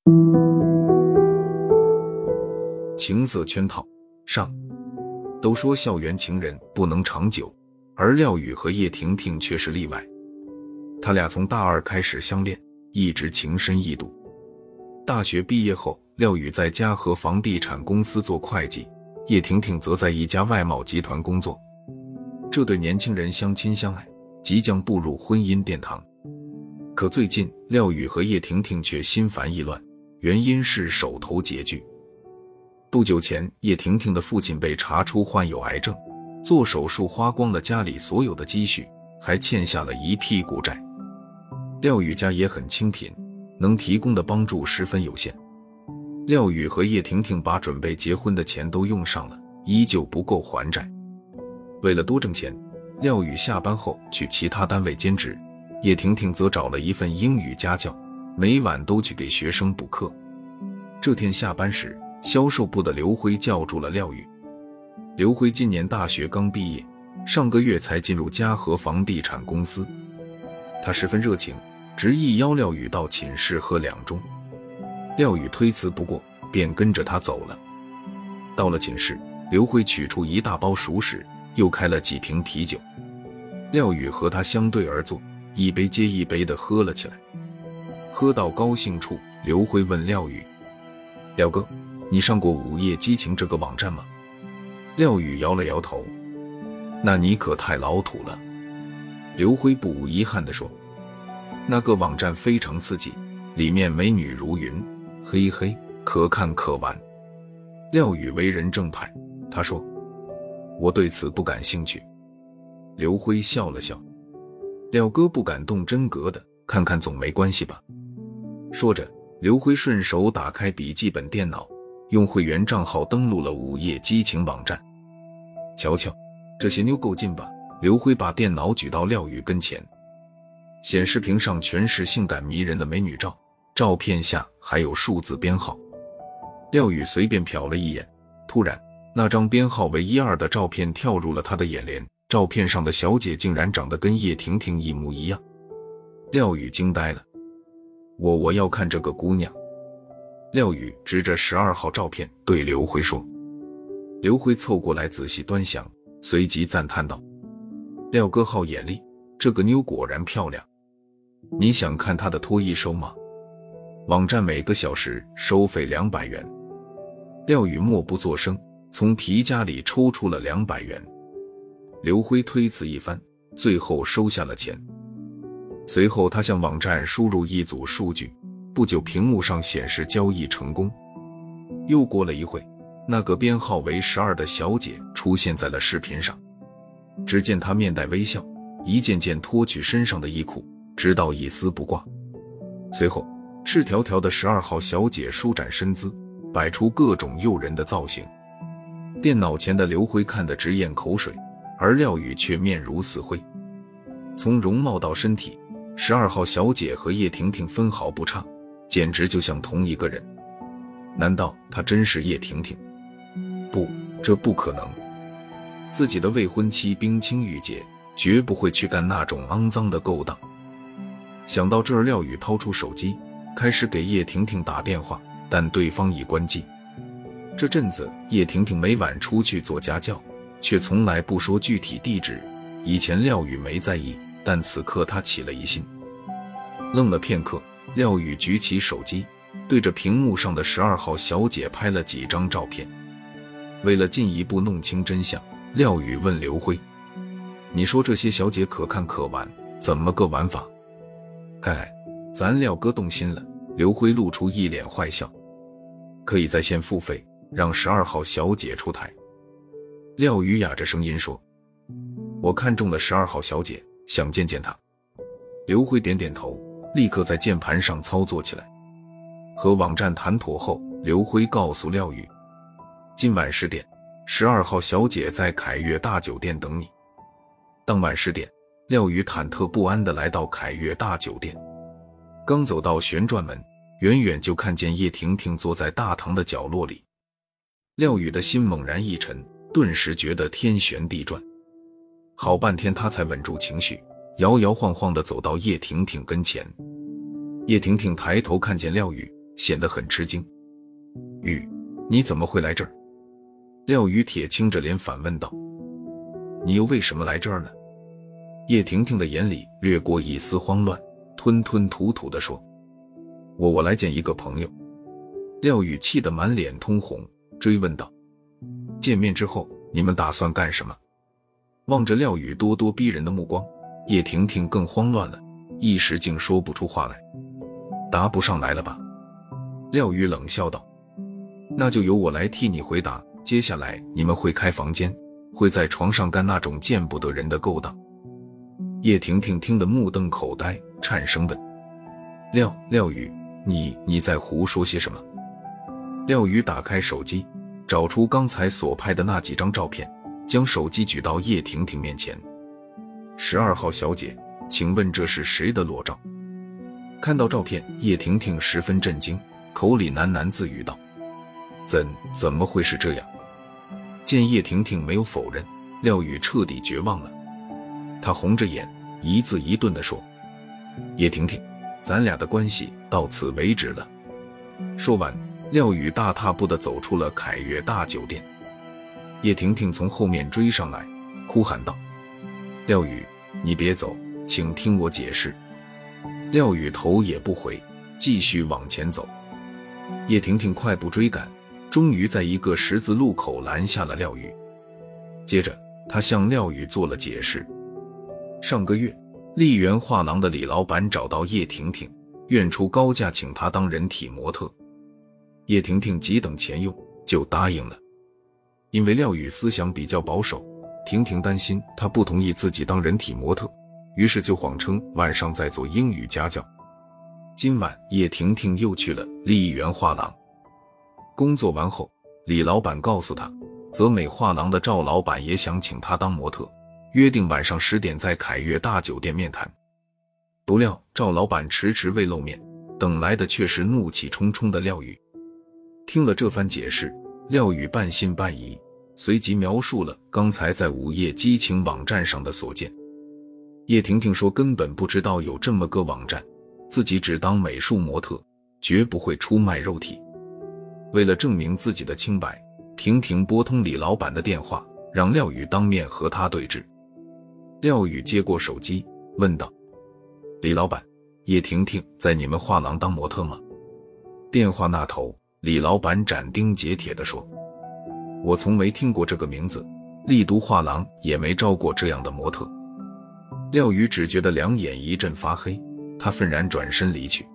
情色圈套上，都说校园情人不能长久，而廖宇和叶婷婷却是例外。他俩从大二开始相恋，一直情深意笃。大学毕业后，廖宇在嘉禾房地产公司做会计，叶婷婷则在一家外贸集团工作。这对年轻人相亲相爱，即将步入婚姻殿堂。可最近，廖宇和叶婷婷却心烦意乱，原因是手头拮据。不久前，叶婷婷的父亲被查出患有癌症，做手术花光了家里所有的积蓄，还欠下了一屁股债。廖宇家也很清贫，能提供的帮助十分有限。廖宇和叶婷婷把准备结婚的钱都用上了，依旧不够还债。为了多挣钱，廖宇下班后去其他单位兼职，叶婷婷则找了一份英语家教，每晚都去给学生补课。这天下班时，销售部的刘辉叫住了廖宇。刘辉今年大学刚毕业，上个月才进入嘉禾房地产公司。他十分热情，执意邀廖宇到寝室喝2盅。廖宇推辞不过，便跟着他走了。到了寝室，刘辉取出一大包熟食，又开了几瓶啤酒。廖宇和他相对而坐，一杯接一杯地喝了起来。喝到高兴处，刘辉问廖宇：“廖哥，你上过午夜激情这个网站吗？”廖宇摇了摇头：“那你可太老土了。”刘辉不无遗憾地说：“那个网站非常刺激，里面美女如云，嘿嘿，可看可玩。”廖宇为人正派，他说：“我对此不感兴趣。”刘辉笑了笑：“廖哥不敢动真格的，看看总没关系吧？”说着，刘辉顺手打开笔记本电脑，用会员账号登录了午夜激情网站。瞧瞧，这些妞够劲吧？刘辉把电脑举到廖宇跟前，显示屏上全是性感迷人的美女照，照片下还有数字编号。廖宇随便瞟了一眼，突然那张编号为12的照片跳入了他的眼帘，照片上的小姐竟然长得跟叶婷婷一模一样。廖宇惊呆了：“我要看这个姑娘。”廖宇指着12号照片对刘辉说。刘辉凑过来仔细端详，随即赞叹道：“廖哥好眼力，这个妞果然漂亮。你想看她的脱衣收吗？网站每个小时收费200元。”廖宇默不作声，从皮夹里抽出了200元。刘辉推辞一番，最后收下了钱。随后他向网站输入一组数据，不久屏幕上显示交易成功。又过了一会，那个编号为12的小姐出现在了视频上。只见她面带微笑，一件件脱去身上的衣裤，直到一丝不挂。随后赤条条的12号小姐舒展身姿，摆出各种诱人的造型。电脑前的刘辉看得直咽口水，而廖宇却面如死灰。从容貌到身体，12号小姐和叶婷婷分毫不差，简直就像同一个人。难道她真是叶婷婷？不，这不可能。自己的未婚妻冰清玉洁，绝不会去干那种肮脏的勾当。想到这儿，廖宇掏出手机，开始给叶婷婷打电话，但对方已关机。这阵子叶婷婷每晚出去做家教，却从来不说具体地址。以前廖宇没在意，但此刻他起了疑心。愣了片刻，廖宇举起手机，对着屏幕上的12号小姐拍了几张照片。为了进一步弄清真相，廖宇问刘辉：“你说这些小姐可看可玩，怎么个玩法？”“嗨，咱廖哥动心了。”刘辉露出一脸坏笑。“可以在线付费，让12号小姐出台。”廖宇哑着声音说：“我看中了12号小姐，想见见她。”刘辉点点头，立刻在键盘上操作起来。和网站谈妥后，刘辉告诉廖宇：“今晚10点，12号小姐在凯悦大酒店等你。”当晚10点，廖宇忐忑不安地来到凯悦大酒店。刚走到旋转门，远远就看见叶婷婷坐在大堂的角落里。廖宇的心猛然一沉，顿时觉得天旋地转。好半天他才稳住情绪，摇摇晃晃地走到叶婷婷跟前。叶婷婷抬头看见廖宇， 显得很吃惊。玉，你怎么会来这儿？廖宇铁青着脸反问道。你又为什么来这儿呢？叶婷婷的眼里掠过一丝慌乱，吞吞吐吐地说，我来见一个朋友。廖宇气得满脸通红，追问道，见面之后你们打算干什么？望着廖宇咄咄逼人的目光，叶婷婷更慌乱了，一时竟说不出话来。答不上来了吧？廖宇冷笑道，那就由我来替你回答。接下来你们会开房间，会在床上干那种见不得人的勾当。叶婷婷听得目瞪口呆，颤声问，廖宇，你在胡说些什么？廖宇打开手机，找出刚才所拍的那几张照片，将手机举到叶婷婷面前。12号小姐，请问这是谁的裸照？看到照片，叶婷婷十分震惊，口里喃喃自语道，怎么会是这样？见叶婷婷没有否认，廖宇彻底绝望了。他红着眼，一字一顿地说，叶婷婷，咱俩的关系到此为止了。说完，廖宇大踏步地走出了凯悦大酒店。叶婷婷从后面追上来，哭喊道，廖宇，你别走，请听我解释。廖宇头也不回，继续往前走。叶婷婷快步追赶，终于在一个十字路口拦下了廖宇。接着她向廖宇做了解释，上个月丽园画廊的李老板找到叶婷婷，愿出高价请她当人体模特。叶婷婷急等钱用，就答应了。因为廖宇思想比较保守，婷婷担心他不同意自己当人体模特，于是就谎称晚上在做英语家教。今晚叶婷婷又去了丽园画廊。工作完后，李老板告诉他，泽美画廊的赵老板也想请他当模特，约定晚上10点在凯悦大酒店面谈。不料赵老板迟迟未露面，等来的却是怒气冲冲的廖宇。听了这番解释，廖宇半信半疑，随即描述了刚才在午夜激情网站上的所见。叶婷婷说根本不知道有这么个网站，自己只当美术模特，绝不会出卖肉体。为了证明自己的清白，婷婷拨通李老板的电话，让廖宇当面和他对质。廖宇接过手机，问道，李老板，叶婷婷在你们画廊当模特吗？电话那头，李老板斩钉截铁地说，我从没听过这个名字，丽都画廊也没招过这样的模特。廖宇只觉得两眼一阵发黑，他愤然转身离去。